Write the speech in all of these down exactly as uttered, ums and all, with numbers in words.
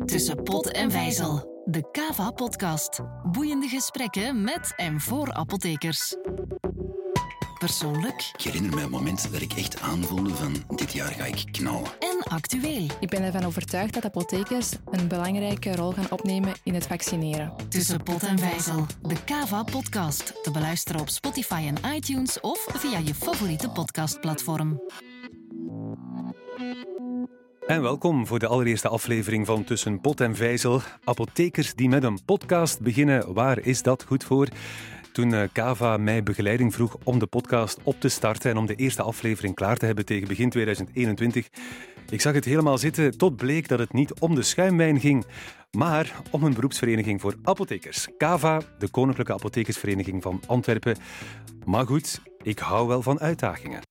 Tussen pot en vijzel. De Kava-podcast. Boeiende gesprekken met en voor apothekers. Persoonlijk. Ik herinner me een moment dat ik echt aanvoelde van dit jaar ga ik knallen. En actueel. Ik ben ervan overtuigd dat apothekers een belangrijke rol gaan opnemen in het vaccineren. Tussen pot en vijzel. De Kava-podcast. Te beluisteren op Spotify en iTunes of via je favoriete podcastplatform. En welkom voor de allereerste aflevering van Tussen pot en vijzel. Apothekers die met een podcast beginnen, waar is dat goed voor? Toen Kava mij begeleiding vroeg om de podcast op te starten en om de eerste aflevering klaar te hebben tegen begin tweeduizend eenentwintig, ik zag het helemaal zitten tot bleek dat het niet om de schuimwijn ging, maar om een beroepsvereniging voor apothekers. Kava, de Koninklijke Apothekersvereniging van Antwerpen. Maar goed, ik hou wel van uitdagingen.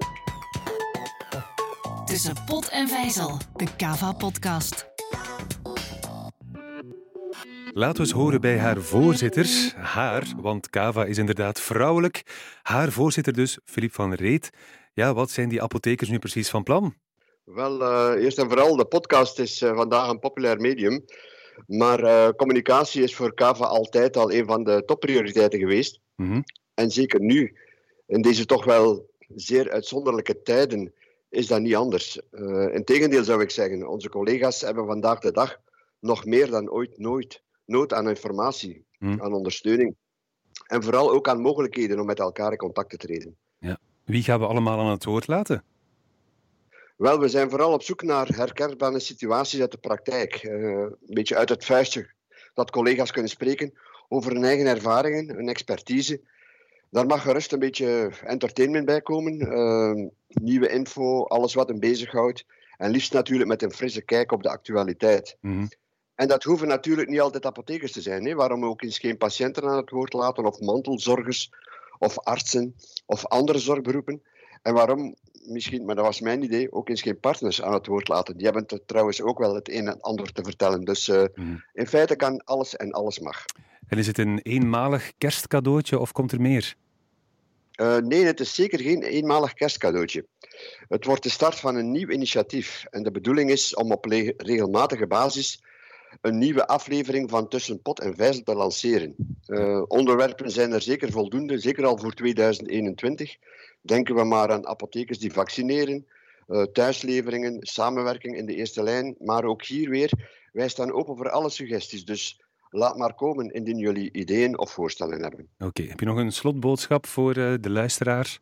Tussen pot en vijzel. De Kava-podcast. Laten we eens horen bij haar voorzitter. Haar, want Kava is inderdaad vrouwelijk. Haar voorzitter dus, Philippe van Reet. Ja, wat zijn die apothekers nu precies van plan? Wel, uh, eerst en vooral, de podcast is uh, vandaag een populair medium. Maar uh, communicatie is voor Kava altijd al een van de topprioriteiten geweest. Mm-hmm. En zeker nu, in deze toch wel zeer uitzonderlijke tijden, is dat niet anders. Uh, integendeel zou ik zeggen, onze collega's hebben vandaag de dag nog meer dan ooit nooit nood aan informatie, mm. aan ondersteuning. En vooral ook aan mogelijkheden om met elkaar in contact te treden. Ja. Wie gaan we allemaal aan het woord laten? Wel, we zijn vooral op zoek naar herkenbare situaties uit de praktijk. Uh, een beetje uit het vuistje dat collega's kunnen spreken over hun eigen ervaringen, hun expertise. Daar mag gerust een beetje entertainment bij komen. Uh, nieuwe info, alles wat hen bezighoudt. En liefst natuurlijk met een frisse kijk op de actualiteit. Mm-hmm. En dat hoeven natuurlijk niet altijd apothekers te zijn. Hè? Waarom ook eens geen patiënten aan het woord laten, of mantelzorgers, of artsen, of andere zorgberoepen. En waarom, misschien, maar dat was mijn idee, ook eens geen partners aan het woord laten. Die hebben t- trouwens ook wel het een en ander te vertellen. Dus uh, mm. in feite kan alles en alles mag. En is het een eenmalig kerstcadeautje of komt er meer? Uh, nee, het is zeker geen eenmalig kerstcadeautje. Het wordt de start van een nieuw initiatief. En de bedoeling is om op le- regelmatige basis een nieuwe aflevering van Tussen pot en vijzel te lanceren. Uh, onderwerpen zijn er zeker voldoende, zeker al voor tweeduizend eenentwintig. Denken we maar aan apothekers die vaccineren, uh, thuisleveringen, samenwerking in de eerste lijn. Maar ook hier weer, wij staan open voor alle suggesties. Dus laat maar komen indien jullie ideeën of voorstellen hebben. Oké, okay. Heb je nog een slotboodschap voor uh, de luisteraar?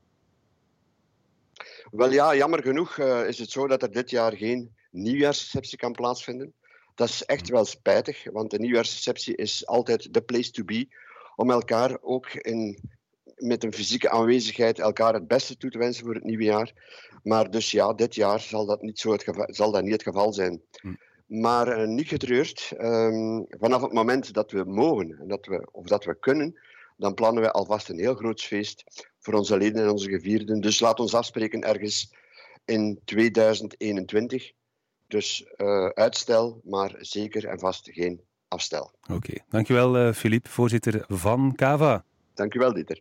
Wel ja, jammer genoeg uh, is het zo dat er dit jaar geen nieuwjaarsreceptie kan plaatsvinden. Dat is echt wel spijtig, want de nieuwjaarsreceptie is altijd the place to be om elkaar ook in, met een fysieke aanwezigheid elkaar het beste toe te wensen voor het nieuwe jaar. Maar dus ja, dit jaar zal dat niet, zo het geval, zal dat niet het geval zijn. Hm. Maar uh, niet getreurd, um, vanaf het moment dat we mogen en dat we, of dat we kunnen, dan plannen we alvast een heel groot feest voor onze leden en onze gevierden. Dus laat ons afspreken ergens in tweeduizend eenentwintig. Dus uh, uitstel, maar zeker en vast geen afstel. Oké, okay. Dankjewel uh, Philippe, voorzitter van Kava. Dankjewel Dieter.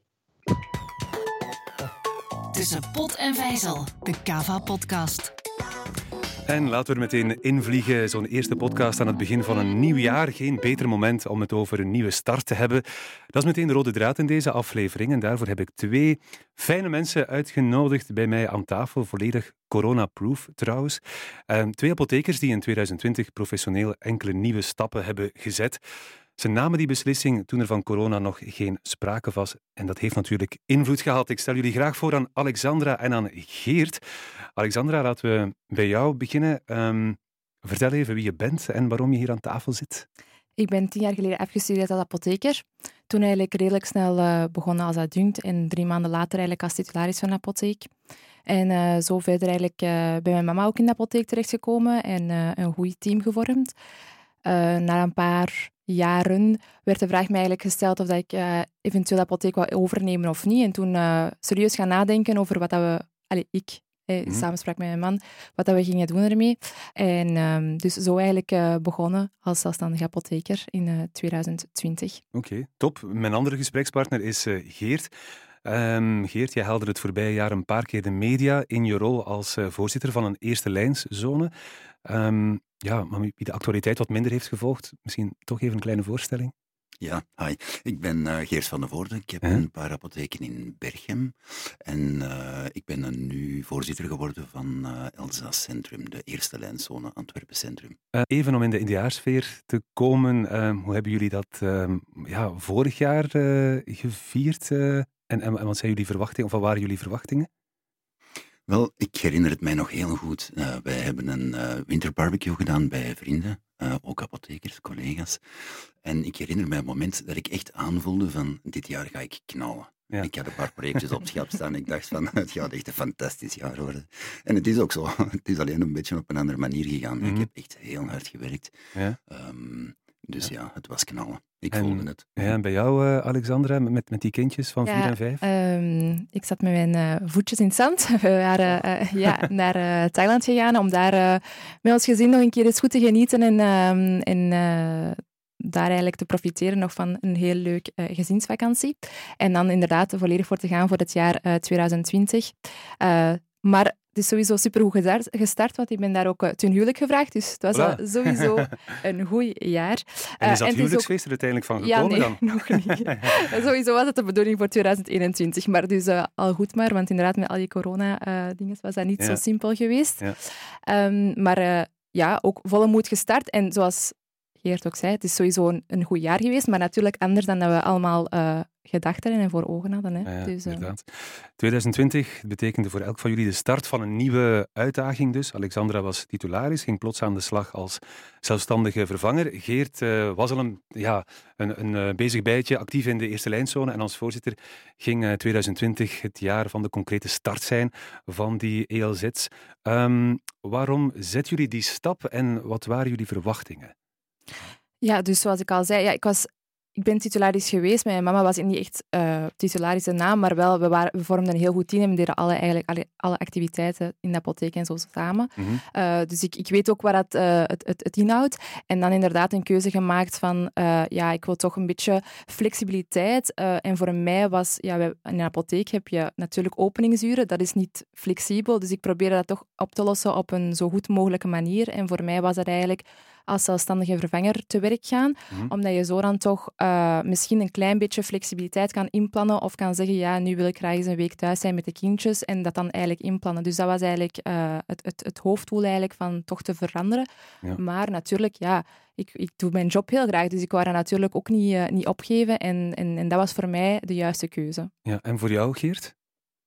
Tussen pot en vijzel, de Kava-podcast. En laten we er meteen invliegen. Zo'n eerste podcast aan het begin van een nieuw jaar. Geen beter moment om het over een nieuwe start te hebben. Dat is meteen de rode draad in deze aflevering. En daarvoor heb ik twee fijne mensen uitgenodigd bij mij aan tafel. Volledig corona-proof trouwens. Um, twee apothekers die in tweeduizend twintig professioneel enkele nieuwe stappen hebben gezet. Ze namen die beslissing toen er van corona nog geen sprake was. En dat heeft natuurlijk invloed gehad. Ik stel jullie graag voor aan Alexandra en aan Geert. Alexandra, laten we bij jou beginnen. Um, vertel even wie je bent en waarom je hier aan tafel zit. Ik ben tien jaar geleden afgestudeerd als apotheker. Toen eigenlijk redelijk snel uh, begonnen als adjunct en drie maanden later eigenlijk als titularis van de apotheek. En uh, zo verder eigenlijk uh, bij mijn mama ook in de apotheek terechtgekomen en uh, een goed team gevormd. Uh, na een paar jaren werd de vraag mij eigenlijk gesteld of dat ik uh, eventueel de apotheek wou overnemen of niet. En toen uh, serieus gaan nadenken over wat dat we... Allee, ik, eh, mm-hmm. samenspraak met mijn man, wat dat we gingen doen ermee. En um, dus zo eigenlijk uh, begonnen als zelfstandige apotheker in uh, tweeduizend twintig. Oké, okay, top. Mijn andere gesprekspartner is uh, Geert. Um, Geert, jij haalde het voorbije jaar een paar keer de media in je rol als uh, voorzitter van een eerste lijnszone. Um, ja, maar wie de actualiteit wat minder heeft gevolgd, misschien toch even een kleine voorstelling. Ja, hi. Ik ben uh, Geert van de Voorde. Ik heb huh? een paar apotheken in Berchem. En uh, ik ben uh, nu voorzitter geworden van uh, Elzas Centrum, de eerste lijnzone Antwerpen Centrum. Uh, even om in de indiaarsfeer te komen, uh, hoe hebben jullie dat uh, ja, vorig jaar uh, gevierd? Uh, en, en, en wat zijn jullie verwachtingen, of wat waren jullie verwachtingen? Wel, ik herinner het mij nog heel goed. Uh, wij hebben een uh, winterbarbecue gedaan bij vrienden, uh, ook apothekers, collega's. En ik herinner mij een moment dat ik echt aanvoelde van, dit jaar ga ik knallen. Ja. Ik had een paar projectjes op schap staan en ik dacht van, het gaat echt een fantastisch jaar worden. En het is ook zo. Het is alleen een beetje op een andere manier gegaan. Mm-hmm. Ik heb echt heel hard gewerkt. Ja. Um, dus ja. ja, het was knallen. Ik en, voelde het. Ja, en bij jou, uh, Alexandra, met, met die kindjes van ja, vier en vijf? Um, ik zat met mijn uh, voetjes in het zand. We waren uh, ja, naar uh, Thailand gegaan om daar uh, met ons gezin nog een keer eens goed te genieten en, uh, en uh, daar eigenlijk te profiteren nog van een heel leuk uh, gezinsvakantie. En dan inderdaad volledig voor te gaan voor het jaar uh, twintig twintig. Uh, maar het is sowieso supergoed gestart, gestart, want ik ben daar ook uh, ten huwelijk gevraagd. Dus het was voilà. uh, sowieso een goed jaar. En is dat uh, huwelijksfeest ook er uiteindelijk van gekomen ja, nee, dan? nog niet. Sowieso was het de bedoeling voor twintig eenentwintig. Maar dus uh, al goed maar, want inderdaad met al die corona-dingen uh, was dat niet ja. zo simpel geweest. Ja. Um, maar uh, ja, ook volle moed gestart. En zoals Geert ook zei, het is sowieso een, een goed jaar geweest, maar natuurlijk anders dan dat we allemaal uh, gedacht hadden en voor ogen hadden. Hè. Ja, ja, dus, uh... inderdaad. twintig twintig betekende voor elk van jullie de start van een nieuwe uitdaging dus. Alexandra was titularis, ging plots aan de slag als zelfstandige vervanger. Geert uh, was al een, ja, een, een uh, bezig bijtje, actief in de eerste lijnzone en als voorzitter ging uh, twintig twintig het jaar van de concrete start zijn van die E L Z's. Um, waarom zetten jullie die stap en wat waren jullie verwachtingen? Ja, dus zoals ik al zei, ja, ik, was, ik ben titularis geweest. Mijn mama was niet echt uh, titularis de naam, maar wel, we, waren, we vormden een heel goed team en we deden alle, eigenlijk, alle, alle activiteiten in de apotheek en zo samen. Mm-hmm. Uh, dus ik, ik weet ook waar dat, uh, het, het, het inhoudt. En dan inderdaad een keuze gemaakt van, uh, ja, ik wil toch een beetje flexibiliteit. Uh, en voor mij was, ja, in een apotheek heb je natuurlijk openingsuren, dat is niet flexibel. Dus ik probeerde dat toch op te lossen op een zo goed mogelijke manier. En voor mij was dat eigenlijk als zelfstandige vervanger te werk gaan, mm-hmm. omdat je zo dan toch uh, misschien een klein beetje flexibiliteit kan inplannen of kan zeggen, ja, nu wil ik graag eens een week thuis zijn met de kindjes en dat dan eigenlijk inplannen. Dus dat was eigenlijk uh, het, het, het hoofddoel eigenlijk van toch te veranderen. Ja. Maar natuurlijk, ja, ik, ik doe mijn job heel graag, dus ik wou dat natuurlijk ook niet, uh, niet opgeven en, en, en dat was voor mij de juiste keuze. Ja, en voor jou, Geert?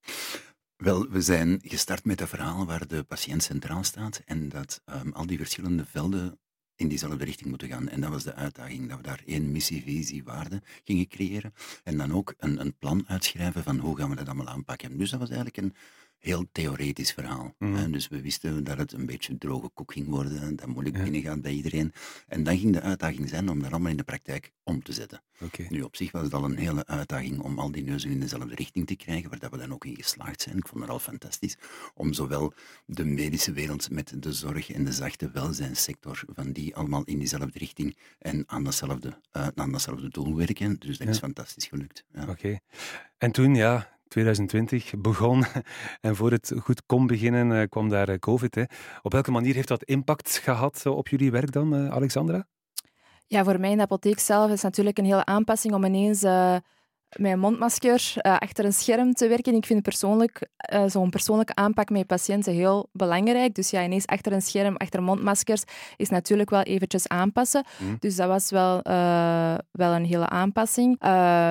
Wel, we zijn gestart met een verhaal waar de patiënt centraal staat en dat um, al die verschillende velden in diezelfde richting moeten gaan. En dat was de uitdaging, dat we daar één missie, visie, waarde gingen creëren. En dan ook een, een plan uitschrijven van hoe gaan we dat allemaal aanpakken. Dus dat was eigenlijk een heel theoretisch verhaal. Mm-hmm. Dus we wisten dat het een beetje droge koek ging worden, dat moeilijk ja. binnengaat bij iedereen. En dan ging de uitdaging zijn om dat allemaal in de praktijk om te zetten. Okay. Nu, op zich was het al een hele uitdaging om al die neuzen in dezelfde richting te krijgen, waar dat we dan ook in geslaagd zijn. Ik vond het al fantastisch om zowel de medische wereld met de zorg en de zachte welzijnssector, van die allemaal in diezelfde richting en aan datzelfde, uh, aan datzelfde doel werken. Dus dat ja. is fantastisch gelukt. Ja. Oké. Okay. En toen, ja... twintig twintig begon en voor het goed kon beginnen uh, kwam daar uh, COVID. Hè. Op welke manier heeft dat impact gehad uh, op jullie werk dan, uh, Alexandra? Ja, voor mij in de apotheek zelf is natuurlijk een hele aanpassing om ineens uh, met een mondmasker uh, achter een scherm te werken. Ik vind persoonlijk uh, zo'n persoonlijke aanpak met patiënten heel belangrijk. Dus ja, ineens achter een scherm, achter mondmaskers, is natuurlijk wel eventjes aanpassen. Mm. Dus dat was wel, uh, wel een hele aanpassing.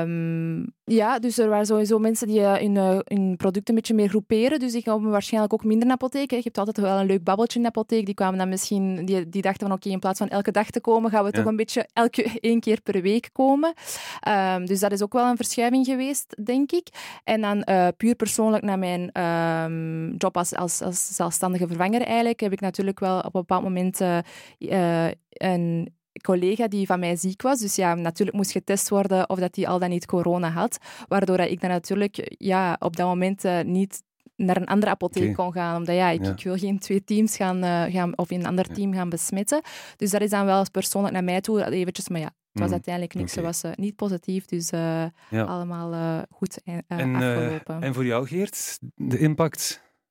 Um, ja, dus er waren sowieso mensen die uh, hun, uh, hun producten een beetje meer groeperen. Dus die komen waarschijnlijk ook minder in de apotheek. Hè. Je hebt altijd wel een leuk babbeltje in de apotheek. Die kwamen dan misschien, die, die dachten van oké, okay, in plaats van elke dag te komen, gaan we ja. toch een beetje elke één keer per week komen. Um, dus dat is ook wel een verschuiving geweest, denk ik. En dan uh, puur persoonlijk naar mijn um, job als, als, als zelfstandige vervanger eigenlijk, heb ik natuurlijk wel op een bepaald moment uh, uh, een collega die van mij ziek was. Dus ja, natuurlijk moest getest worden of dat hij al dan niet corona had. Waardoor ik dan natuurlijk ja, op dat moment uh, niet naar een andere apotheek okay. kon gaan. Omdat ja ik, ja. ik wil geen twee teams gaan, uh, gaan of in een ander team gaan besmetten. Dus dat is dan wel persoonlijk naar mij toe eventjes, maar ja, het was mm. uiteindelijk niks. Okay. Het was uh, niet positief, dus uh, ja. allemaal uh, goed uh, en, afgelopen. Uh, en voor jou, Geert, de impact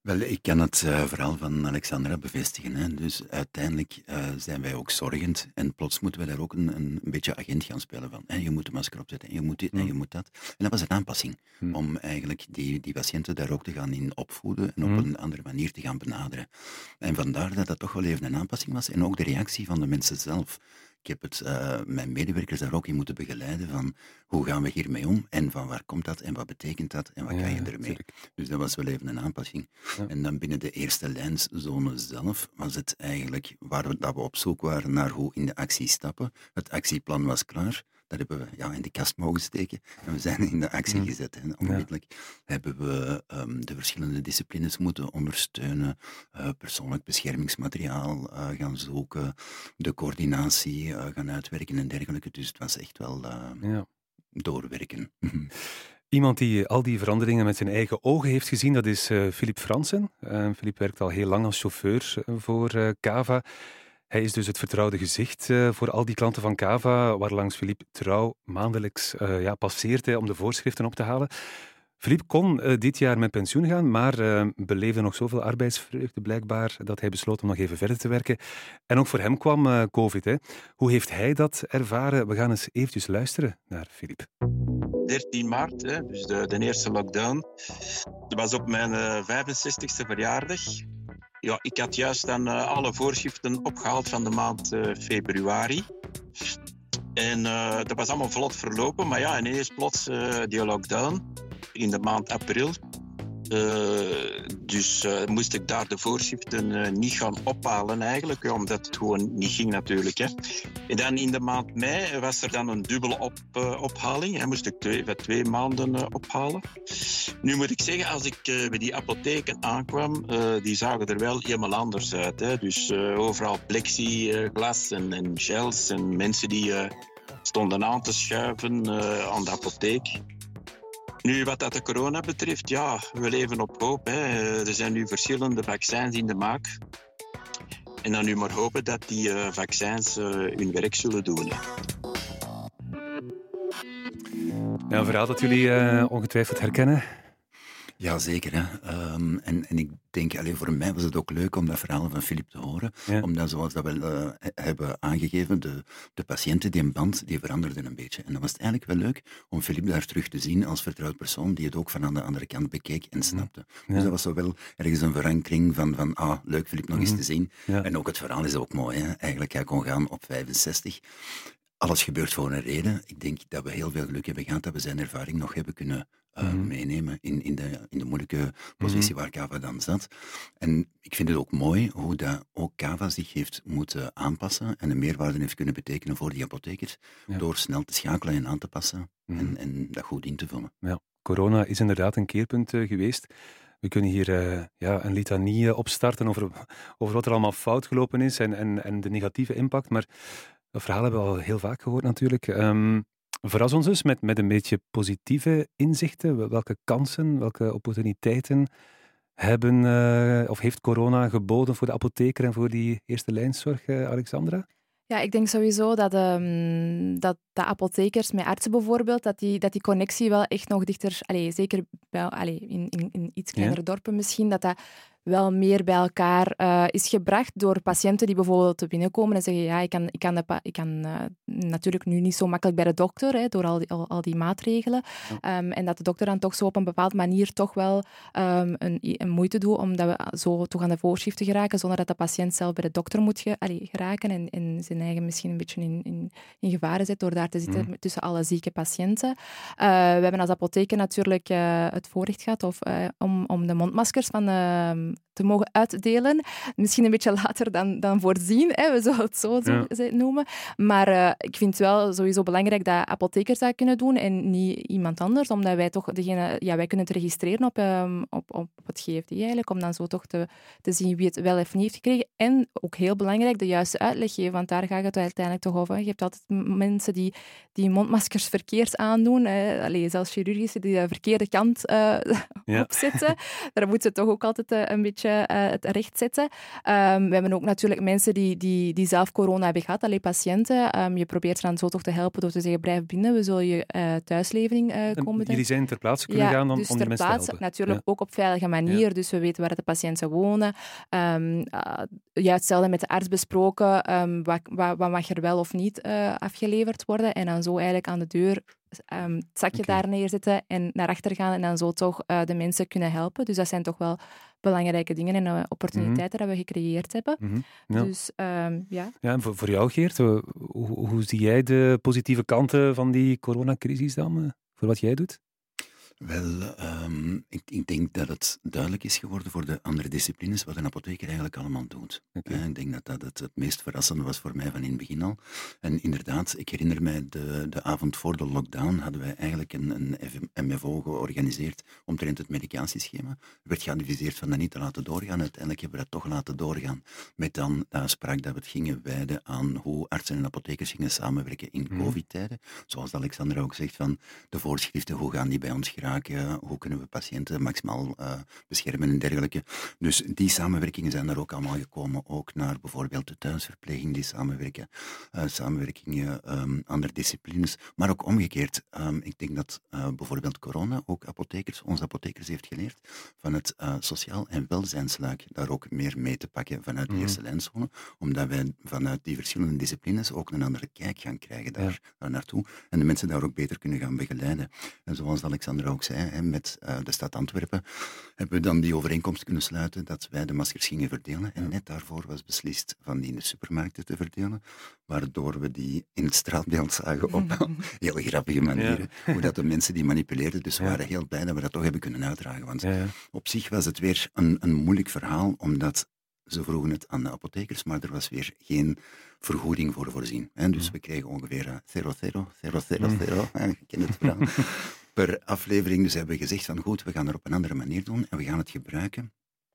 Wel, ik kan het uh, verhaal van Alexandra bevestigen. Hè. Dus uiteindelijk uh, zijn wij ook zorgend en plots moeten we daar ook een, een, een beetje agent gaan spelen van. Hè. Je moet de masker opzetten en je moet dit mm. en je moet dat. En dat was een aanpassing mm. om eigenlijk die, die patiënten daar ook te gaan in opvoeden en op mm. een andere manier te gaan benaderen. En vandaar dat dat toch wel even een aanpassing was en ook de reactie van de mensen zelf. Ik heb het, uh, mijn medewerkers daar ook in moeten begeleiden van hoe gaan we hiermee om en van waar komt dat en wat betekent dat en wat ja, kan je ermee. Tuurlijk. Dus dat was wel even een aanpassing. Ja. En dan binnen de eerste lijnszone zelf was het eigenlijk waar we, dat we op zoek waren naar hoe in de actie stappen. Het actieplan was klaar. Dat hebben we ja, in de kast mogen steken en we zijn in de actie mm. gezet. En onmiddellijk ja. hebben we um, de verschillende disciplines moeten ondersteunen, uh, persoonlijk beschermingsmateriaal uh, gaan zoeken, de coördinatie uh, gaan uitwerken en dergelijke. Dus het was echt wel uh, ja. doorwerken. Iemand die al die veranderingen met zijn eigen ogen heeft gezien, dat is uh, Philippe Fransen. Uh, Philippe werkt al heel lang als chauffeur uh, voor uh, Cava. Hij is dus het vertrouwde gezicht uh, voor al die klanten van Cava, waarlangs Philippe trouw maandelijks uh, ja, passeert hè, om de voorschriften op te halen. Philippe kon uh, dit jaar met pensioen gaan, maar uh, beleefde nog zoveel arbeidsvreugde blijkbaar dat hij besloot om nog even verder te werken. En ook voor hem kwam uh, COVID. Hè. Hoe heeft hij dat ervaren? We gaan eens eventjes luisteren naar Philippe. dertien maart, hè, dus de, de eerste lockdown. Dat was op mijn uh, vijfenzestigste verjaardag. Ja, ik had juist dan uh, alle voorschriften opgehaald van de maand uh, februari. En uh, dat was allemaal vlot verlopen. Maar ja, ineens plots uh, die lockdown in de maand april. Uh, dus uh, moest ik daar de voorschriften uh, niet gaan ophalen eigenlijk, ja, omdat het gewoon niet ging natuurlijk. Hè. En dan in de maand mei was er dan een dubbele op, uh, ophaling. Hè. Moest ik twee, twee maanden uh, ophalen. Nu moet ik zeggen, als ik uh, bij die apotheken aankwam, uh, die zagen er wel helemaal anders uit. Hè. Dus uh, overal plexiglas en, en gels en mensen die uh, stonden aan te schuiven uh, aan de apotheek. Nu, wat dat de corona betreft, ja, we leven op hoop. Hè. Er zijn nu verschillende vaccins in de maak. En dan nu maar hopen dat die uh, vaccins uh, hun werk zullen doen. Hè. Ja, een verhaal dat jullie uh, ongetwijfeld herkennen. Ja, zeker. Hè. Um, en, en ik denk, allee, voor mij was het ook leuk om dat verhaal van Philippe te horen. Ja. Omdat, zoals dat we uh, hebben aangegeven, de, de patiënten, die band, die veranderden een beetje. En dan was het eigenlijk wel leuk om Philippe daar terug te zien als vertrouwd persoon die het ook van aan de andere kant bekeek en snapte. Ja. Dus dat was zo wel ergens een verankering van, van ah, leuk Philippe nog mm-hmm. eens te zien. Ja. En ook het verhaal is ook mooi. Hè. Eigenlijk, hij kon gaan op vijfenzestig. Alles gebeurt voor een reden. Ik denk dat we heel veel geluk hebben gehad dat we zijn ervaring nog hebben kunnen uh, mm-hmm. meenemen in, in, de, in de moeilijke positie mm-hmm. waar Cava dan zat. En ik vind het ook mooi hoe dat ook Cava zich heeft moeten aanpassen en een meerwaarde heeft kunnen betekenen voor die apothekers ja. door snel te schakelen en aan te passen mm-hmm. en, en dat goed in te vullen. Ja, corona is inderdaad een keerpunt uh, geweest. We kunnen hier uh, ja, een litanie uh, opstarten over, over wat er allemaal fout gelopen is en, en, en de negatieve impact, maar dat verhaal hebben we al heel vaak gehoord natuurlijk. Um, verras ons dus met, met een beetje positieve inzichten. Welke kansen, welke opportuniteiten hebben, uh, of heeft corona geboden voor de apotheker en voor die eerste lijnszorg, uh, Alexandra? Ja, ik denk sowieso dat, um, dat de apothekers met artsen bijvoorbeeld, dat die, dat die connectie wel echt nog dichter, allez, zeker bij, allez, in, in, in iets kleinere ja. dorpen misschien, dat dat wel meer bij elkaar uh, is gebracht door patiënten die bijvoorbeeld binnenkomen en zeggen ja, ik kan, ik kan, de pa- ik kan uh, natuurlijk nu niet zo makkelijk bij de dokter, hè, door al die, al, al die maatregelen. Ja. Um, en dat de dokter dan toch zo op een bepaalde manier toch wel um, een, een moeite doet om dat we zo toch aan de voorschriften geraken, zonder dat de patiënt zelf bij de dokter moet ge- allee, geraken en, en zijn eigen misschien een beetje in, in, in gevaar zet door daar te zitten mm. tussen alle zieke patiënten. Uh, we hebben als apotheker natuurlijk uh, het voorrecht gehad of, uh, om, om de mondmaskers van uh, te mogen uitdelen. Misschien een beetje later dan, dan voorzien, hè. We zullen het zo, zo ja. noemen. Maar uh, ik vind het wel sowieso belangrijk dat apothekers dat kunnen doen en niet iemand anders, omdat wij toch degene, ja, wij kunnen het registreren op, um, op, op het G F D eigenlijk, om dan zo toch te, te zien wie het wel of niet heeft gekregen. En ook heel belangrijk, de juiste uitleg geven, want daar gaat het uiteindelijk toch over. Je hebt altijd mensen die, die mondmaskers verkeerd aandoen, hè. Allee, zelfs chirurgische die de verkeerde kant uh, ja. opzetten. Daar moeten ze toch ook altijd uh, een beetje beetje uh, het recht zetten. Um, we hebben ook natuurlijk mensen die, die, die zelf corona hebben gehad, alleen patiënten. Um, je probeert ze dan zo toch te helpen door te zeggen, blijf binnen, we zullen je uh, thuislevering uh, komen. Jullie zijn ter plaatse kunnen ja, gaan om, dus om die mensen plaatse, te helpen. Natuurlijk ja. ook op veilige manier, ja. Dus we weten waar de patiënten wonen. Um, uh, ja, hetzelfde met de arts besproken, um, wat, wat, wat mag er wel of niet uh, afgeleverd worden. En dan zo eigenlijk aan de deur um, het zakje okay. daar neerzetten en naar achter gaan en dan zo toch uh, de mensen kunnen helpen. Dus dat zijn toch wel belangrijke dingen en uh, opportuniteiten mm-hmm. dat we gecreëerd hebben. Mm-hmm. Ja. Dus um, ja. Ja, en voor, voor jou, Geert, hoe, hoe zie jij de positieve kanten van die coronacrisis dan, uh, voor wat jij doet? Wel, um, ik, ik denk dat het duidelijk is geworden voor de andere disciplines wat een apotheker eigenlijk allemaal doet. Okay. Ik denk dat dat het, het meest verrassende was voor mij van in het begin al. En inderdaad, ik herinner mij, de, de avond voor de lockdown hadden wij eigenlijk een, een M F O georganiseerd omtrent het medicatieschema. Er werd geadviseerd van dat niet te laten doorgaan. Uiteindelijk hebben we dat toch laten doorgaan. Met dan de afspraak dat we het gingen wijden aan hoe artsen en apothekers gingen samenwerken in mm. covid-tijden. Zoals Alexandra ook zegt, van de voorschriften, hoe gaan die bij ons geraken? Hoe kunnen we patiënten maximaal uh, beschermen en dergelijke. Dus die samenwerkingen zijn er ook allemaal gekomen. Ook naar bijvoorbeeld de thuisverpleging, die samenwerken. Uh, samenwerkingen, um, andere disciplines. Maar ook omgekeerd. Um, ik denk dat uh, bijvoorbeeld corona ook apothekers, onze apothekers heeft geleerd van het uh, sociaal en welzijnsluik daar ook meer mee te pakken vanuit de mm. eerste lijnzone. Omdat wij vanuit die verschillende disciplines ook een andere kijk gaan krijgen daar, ja. daar naartoe. En de mensen daar ook beter kunnen gaan begeleiden. En zoals Alexandra ook zei, hè, met uh, de stad Antwerpen, hebben we dan die overeenkomst kunnen sluiten dat wij de maskers gingen verdelen. En net daarvoor was beslist van die in de supermarkten te verdelen, waardoor we die in het straatbeeld zagen op heel grappige manieren. Ja. Hoe dat de mensen die manipuleerden. Dus we ja. waren heel blij dat we dat toch hebben kunnen uitdragen. Want ja, ja. op zich was het weer een, een moeilijk verhaal, omdat ze vroegen het aan de apothekers, maar er was weer geen vergoeding voor voorzien. Hè. Dus mm. we kregen ongeveer zero, zero, zero, zero, zero. Je kent het verhaal. Per aflevering. Dus hebben we gezegd van goed, we gaan er op een andere manier doen en we gaan het gebruiken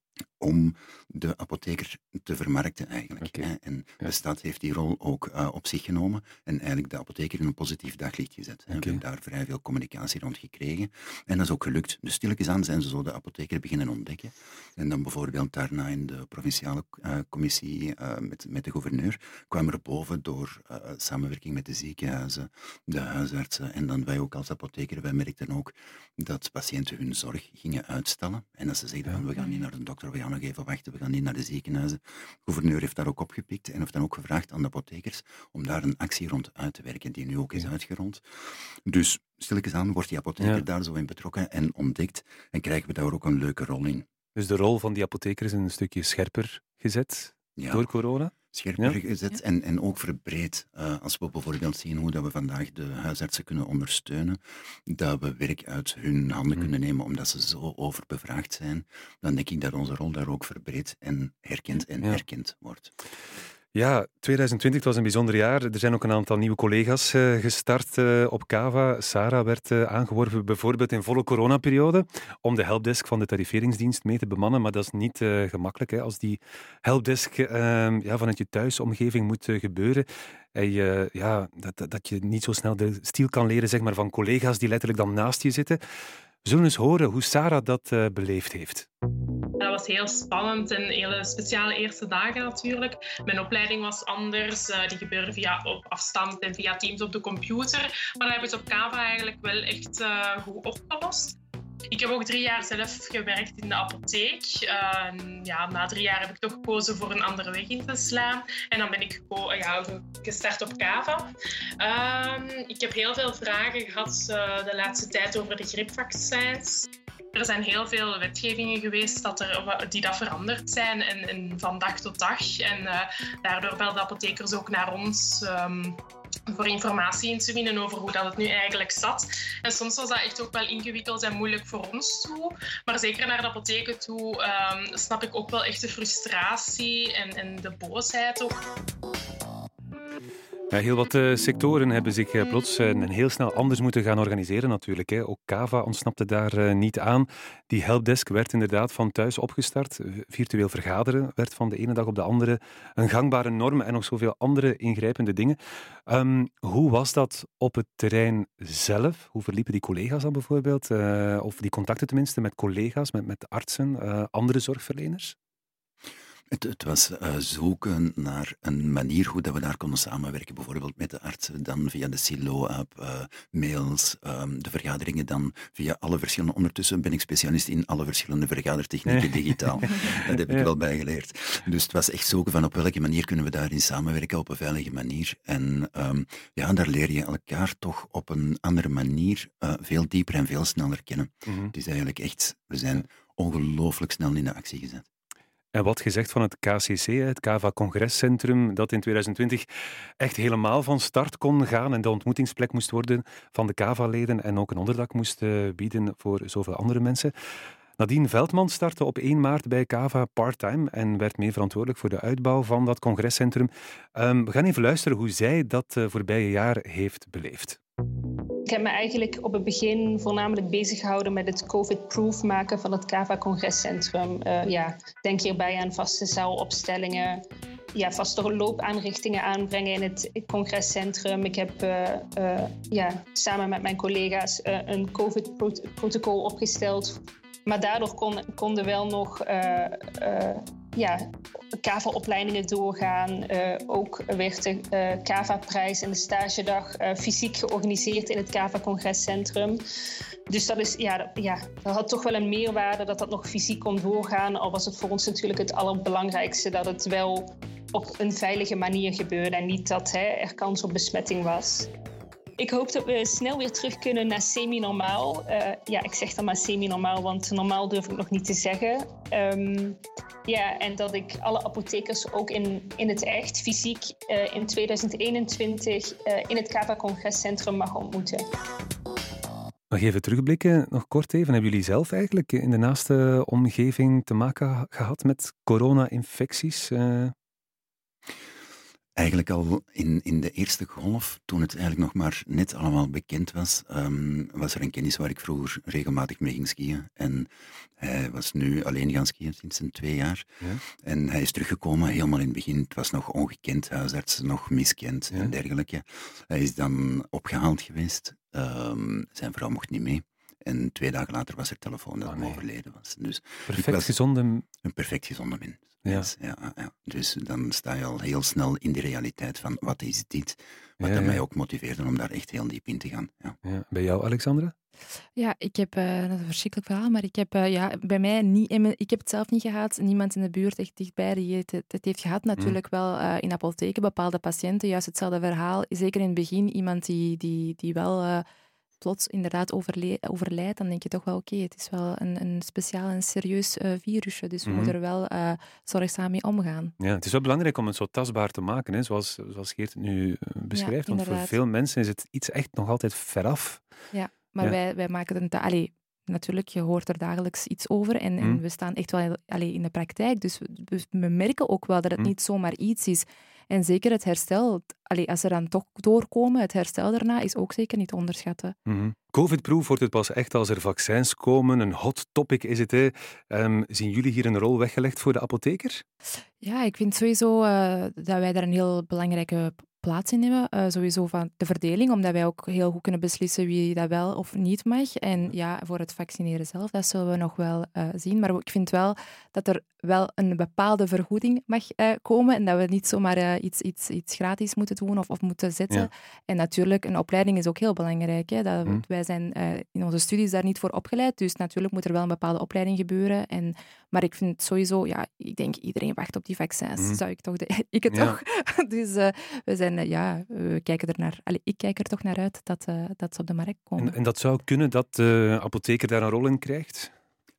om de apotheker te vermarkten eigenlijk. Okay. Hè. En ja. de stad heeft die rol ook uh, op zich genomen en eigenlijk de apotheker in een positief daglicht gezet. Okay. We hebben daar vrij veel communicatie rond gekregen en dat is ook gelukt. Dus stilletjes aan zijn ze zo de apotheker beginnen ontdekken. En dan bijvoorbeeld daarna in de provinciale uh, commissie uh, met, met de gouverneur kwam er boven door uh, samenwerking met de ziekenhuizen, de huisartsen en dan wij ook als apotheker, wij merkten ook dat patiënten hun zorg gingen uitstellen en dat ze zeiden ja. van we gaan niet naar de dokter, we gaan nog even wachten, we gaan niet naar de ziekenhuizen. De gouverneur heeft daar ook opgepikt en heeft dan ook gevraagd aan de apothekers om daar een actie rond uit te werken, die nu ook is ja. uitgerond. Dus stilletjes aan wordt die apotheker ja. daar zo in betrokken en ontdekt en krijgen we daar ook een leuke rol in. Dus de rol van die apotheker is een stukje scherper gezet ja. door corona? Scherper ja. gezet ja. en, en ook verbreed. Uh, als we bijvoorbeeld zien hoe dat we vandaag de huisartsen kunnen ondersteunen, dat we werk uit hun handen mm. kunnen nemen omdat ze zo overbevraagd zijn, dan denk ik dat onze rol daar ook verbreed en herkend en ja. erkend wordt. Ja, twintig twintig was een bijzonder jaar. Er zijn ook een aantal nieuwe collega's uh, gestart uh, op Cava. Sarah werd uh, aangeworven bijvoorbeeld in volle coronaperiode om de helpdesk van de tariferingsdienst mee te bemannen. Maar dat is niet uh, gemakkelijk hè, als die helpdesk uh, ja, vanuit je thuisomgeving moet uh, gebeuren. En je, ja, dat, dat je niet zo snel de stil kan leren zeg maar, van collega's die letterlijk dan naast je zitten. We zullen eens horen hoe Sarah dat uh, beleefd heeft. Dat was heel spannend en hele speciale eerste dagen natuurlijk. Mijn opleiding was anders. Uh, die gebeurde via op afstand en via Teams op de computer. Maar dat hebben we op Cava eigenlijk wel echt uh, goed opgelost. Ik heb ook drie jaar zelf gewerkt in de apotheek. Uh, ja, na drie jaar heb ik toch gekozen voor een andere weg in te slaan. En dan ben ik geko- ja, gestart op Cava. Uh, ik heb heel veel vragen gehad uh, de laatste tijd over de griepvaccins. Er zijn heel veel wetgevingen geweest dat er, die dat veranderd zijn en, en van dag tot dag. En uh, daardoor belden apothekers ook naar ons um, voor informatie in te winnen over hoe dat het nu eigenlijk zat. En soms was dat echt ook wel ingewikkeld en moeilijk voor ons toe. Maar zeker naar de apotheken toe um, snap ik ook wel echt de frustratie en, en de boosheid ook. Ja, heel wat uh, sectoren hebben zich uh, plots uh, en heel snel anders moeten gaan organiseren natuurlijk. Hè. Ook Kava ontsnapte daar uh, niet aan. Die helpdesk werd inderdaad van thuis opgestart. Virtueel vergaderen werd van de ene dag op de andere een gangbare norm en nog zoveel andere ingrijpende dingen. Um, hoe was dat op het terrein zelf? Hoe verliepen die collega's dan bijvoorbeeld? Uh, of die contacten tenminste met collega's, met, met artsen, uh, andere zorgverleners? Het, het was uh, zoeken naar een manier hoe dat we daar konden samenwerken. Bijvoorbeeld met de artsen, dan via de Silo-app, uh, mails, um, de vergaderingen dan via alle verschillende... Ondertussen ben ik specialist in alle verschillende vergadertechnieken digitaal. Dat heb ik ja. wel bijgeleerd. Dus het was echt zoeken van op welke manier kunnen we daarin samenwerken op een veilige manier. En um, ja, daar leer je elkaar toch op een andere manier uh, veel dieper en veel sneller kennen. Mm-hmm. Het is eigenlijk echt... We zijn ongelooflijk snel in de actie gezet. En wat gezegd van het K C C, het Kava Congrescentrum, dat in twintig twintig echt helemaal van start kon gaan en de ontmoetingsplek moest worden van de Kava-leden en ook een onderdak moest bieden voor zoveel andere mensen. Nadine Veldman startte op één maart bij Kava parttime en werd mee verantwoordelijk voor de uitbouw van dat congrescentrum. Um, we gaan even luisteren hoe zij dat uh, voorbije jaar heeft beleefd. Ik heb me eigenlijk op het begin voornamelijk bezig gehouden met het COVID-proof maken van het Kava Congrescentrum. Uh, ja, denk hierbij aan vaste zaalopstellingen, ja, vaste loopaanrichtingen aanbrengen in het congrescentrum. Ik heb uh, uh, ja, samen met mijn collega's uh, een COVID-protocol opgesteld. Maar daardoor kon, konden wel nog uh, uh, ja, Kava-opleidingen doorgaan. Uh, ook werd de uh, Kava-prijs en de stagedag uh, fysiek georganiseerd in het Kava-congrescentrum. Dus dat, is, ja, dat, ja, dat had toch wel een meerwaarde dat dat nog fysiek kon doorgaan. Al was het voor ons natuurlijk het allerbelangrijkste dat het wel op een veilige manier gebeurde en niet dat hè, er kans op besmetting was. Ik hoop dat we snel weer terug kunnen naar semi-normaal. Uh, ja, ik zeg dan maar semi-normaal, want normaal durf ik nog niet te zeggen. Um, ja, en dat ik alle apothekers ook in, in het echt, fysiek, uh, in twintig eenentwintig uh, in het Kava Congrescentrum mag ontmoeten. Nog even terugblikken, nog kort even. Hebben jullie zelf eigenlijk in de naaste omgeving te maken gehad met corona-infecties? Uh... Eigenlijk al in, in de eerste golf, toen het eigenlijk nog maar net allemaal bekend was, um, was er een kennis waar ik vroeger regelmatig mee ging skiën. En hij was nu alleen gaan skiën sinds een twee jaar. Ja. En hij is teruggekomen helemaal in het begin. Het was nog ongekend, huisarts nog miskend ja. en dergelijke. Hij is dan opgehaald geweest. Um, zijn vrouw mocht niet mee. En twee dagen later was er telefoon dat oh, nee. hij overleden was. Dus perfect was gezonde... Een perfect gezonde mens. Ja. Yes, ja, ja. Dus dan sta je al heel snel in de realiteit van wat is dit? Wat ja, dat ja. mij ook motiveerde om daar echt heel diep in te gaan. Ja. Ja. Bij jou, Alexandra? Ja, ik heb, uh, dat is een verschrikkelijk verhaal, maar ik heb uh, ja, bij mij niet, ik heb het zelf niet gehad. Niemand in de buurt echt dichtbij die het, het heeft gehad. Natuurlijk mm. wel uh, in apotheken, bepaalde patiënten, juist hetzelfde verhaal. Zeker in het begin, iemand die, die, die wel... Uh, plots inderdaad overle- overlijdt, dan denk je toch wel oké, okay, het is wel een, een speciaal en serieus uh, virusje, dus we mm-hmm. moeten er wel uh, zorgzaam mee omgaan. Ja, het is wel belangrijk om het zo tastbaar te maken, hè, zoals, zoals Geert het nu uh, beschrijft, ja, want voor veel mensen is het iets echt nog altijd veraf. Ja, maar ja. Wij, wij maken het... Allee, natuurlijk, je hoort er dagelijks iets over en, mm. en we staan echt wel allee, in de praktijk, dus we, we merken ook wel dat het mm. niet zomaar iets is. En zeker het herstel, allee, als er dan toch doorkomen, het herstel daarna is ook zeker niet te onderschatten. Mm-hmm. COVID-proof wordt het pas echt als er vaccins komen. Een hot topic is het. Hè. Um, zien jullie hier een rol weggelegd voor de apotheker? Ja, ik vind sowieso uh, dat wij daar een heel belangrijke plaats in hebben. Uh, sowieso van de verdeling, omdat wij ook heel goed kunnen beslissen wie dat wel of niet mag. En ja, voor het vaccineren zelf, dat zullen we nog wel uh, zien. Maar ik vind wel dat er wel een bepaalde vergoeding mag uh, komen en dat we niet zomaar uh, iets, iets, iets gratis moeten doen of, of moeten zetten. Ja. En natuurlijk, een opleiding is ook heel belangrijk. Hè? Dat, hmm. Wij zijn uh, in onze studies daar niet voor opgeleid, dus natuurlijk moet er wel een bepaalde opleiding gebeuren. En, maar ik vind sowieso, ja, ik denk iedereen wacht op die vaccins. Hmm. Zou ik toch, de, ik het ja. toch. Dus uh, we zijn, uh, ja, we kijken er naar, allez, ik kijk er toch naar uit dat, uh, dat ze op de markt komen. En, en dat zou kunnen dat de apotheker daar een rol in krijgt?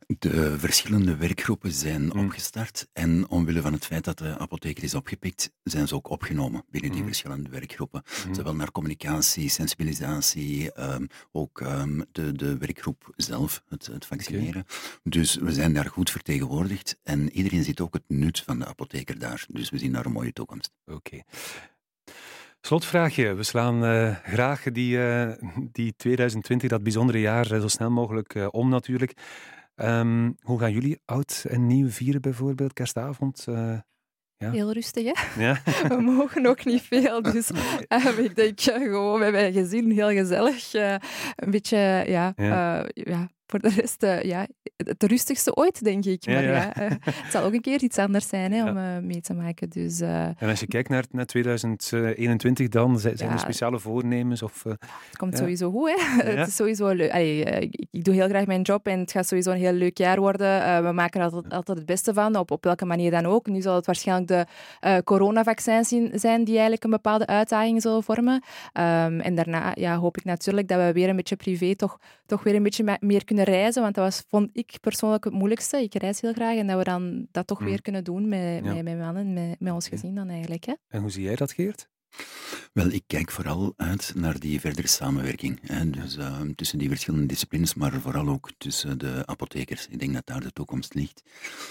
De verschillende werkgroepen zijn mm. opgestart en omwille van het feit dat de apotheker is opgepikt, zijn ze ook opgenomen binnen die mm. verschillende werkgroepen. Mm. Zowel naar communicatie, sensibilisatie, um, ook um, de, de werkgroep zelf, het, het vaccineren. Okay. Dus we zijn daar goed vertegenwoordigd en iedereen ziet ook het nut van de apotheker daar. Dus we zien daar een mooie toekomst. Oké. Okay. Slotvraagje. We slaan uh, graag die, uh, die twintig twintig, dat bijzondere jaar, uh, zo snel mogelijk uh, om natuurlijk. Um, hoe gaan jullie oud en nieuw vieren bijvoorbeeld, kerstavond? Uh, ja. Heel rustig, hè? Ja. We mogen ook niet veel, dus uh, ik denk uh, gewoon met mijn gezin heel gezellig. Uh, een beetje, ja... ja. Uh, ja. Voor de rest, uh, ja, het rustigste ooit, denk ik. Maar ja, ja. Ja, uh, het zal ook een keer iets anders zijn hè, om uh, mee te maken. Dus, uh, en als je kijkt naar, naar twintig eenentwintig, dan zijn ja. er speciale voornemens? Of, uh, het komt ja. sowieso goed. Hè. Ja. Het is sowieso leuk. Allee, uh, ik, ik doe heel graag mijn job en het gaat sowieso een heel leuk jaar worden. Uh, we maken er altijd, altijd het beste van, op, op welke manier dan ook. Nu zal het waarschijnlijk de uh, coronavaccins zijn die eigenlijk een bepaalde uitdaging zullen vormen. Um, en daarna ja, hoop ik natuurlijk dat we weer een beetje privé toch, toch weer een beetje meer kunnen reizen, want dat was, vond ik persoonlijk het moeilijkste. Ik reis heel graag en dat we dan dat toch mm. weer kunnen doen met, ja. met mijn mannen, met, met ons gezin dan eigenlijk. Hè. En hoe zie jij dat, Geert? Wel, ik kijk vooral uit naar die verdere samenwerking. Hè. Dus, uh, tussen die verschillende disciplines, maar vooral ook tussen de apothekers. Ik denk dat daar de toekomst ligt.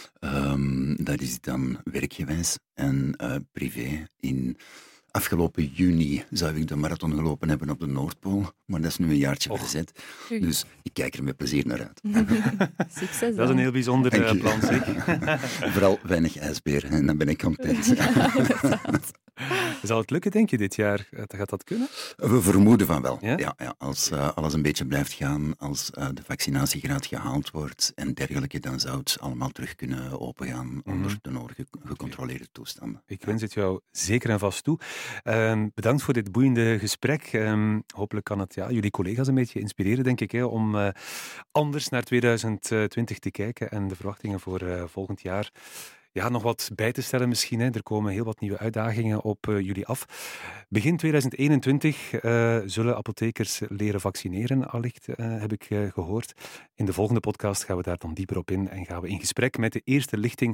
Um, dat is dan werkgewijs en uh, privé. In afgelopen juni zou ik de marathon gelopen hebben op de Noordpool, maar dat is nu een jaartje oh. verzet. Dus ik kijk er met plezier naar uit. Succes. Dat is een heel bijzonder uh, plan, zeg. Vooral weinig ijsberen en dan ben ik content. Ja, zal het lukken, denk je, dit jaar? Gaat dat kunnen? We vermoeden van wel. Ja? Ja, ja, als uh, alles een beetje blijft gaan, als uh, de vaccinatiegraad gehaald wordt en dergelijke, dan zou het allemaal terug kunnen opengaan mm-hmm. onder de nodige gecontroleerde toestanden. Ik wens het jou zeker en vast toe. Uh, bedankt voor dit boeiende gesprek. Uh, hopelijk kan het ja, jullie collega's een beetje inspireren, denk ik, hè, om uh, anders naar twintig twintig te kijken en de verwachtingen voor uh, volgend jaar ja, nog wat bij te stellen misschien. Hè. Er komen heel wat nieuwe uitdagingen op uh, jullie af. Begin twintig eenentwintig uh, zullen apothekers leren vaccineren, allicht, uh, heb ik uh, gehoord. In de volgende podcast gaan we daar dan dieper op in en gaan we in gesprek met de eerste lichting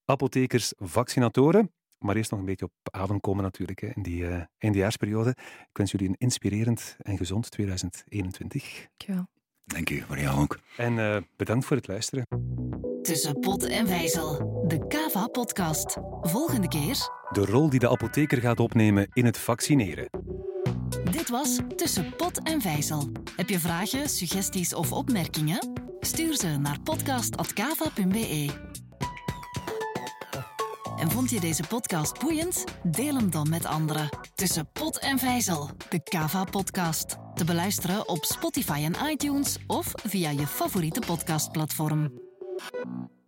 apothekers-vaccinatoren. Maar eerst nog een beetje op adem komen natuurlijk, hè, in die uh, eindejaarsperiode. Ik wens jullie een inspirerend en gezond twintig eenentwintig. Dankjewel. Dank u, voor jou ook. En uh, bedankt voor het luisteren. Tussen pot en vijzel, de Kava-podcast. Volgende keer... De rol die de apotheker gaat opnemen in het vaccineren. Dit was Tussen pot en vijzel. Heb je vragen, suggesties of opmerkingen? Stuur ze naar podcast punt kava punt be. En vond je deze podcast boeiend? Deel hem dan met anderen. Tussen pot en vijzel, de Kava-podcast. Te beluisteren op Spotify en iTunes of via je favoriete podcastplatform.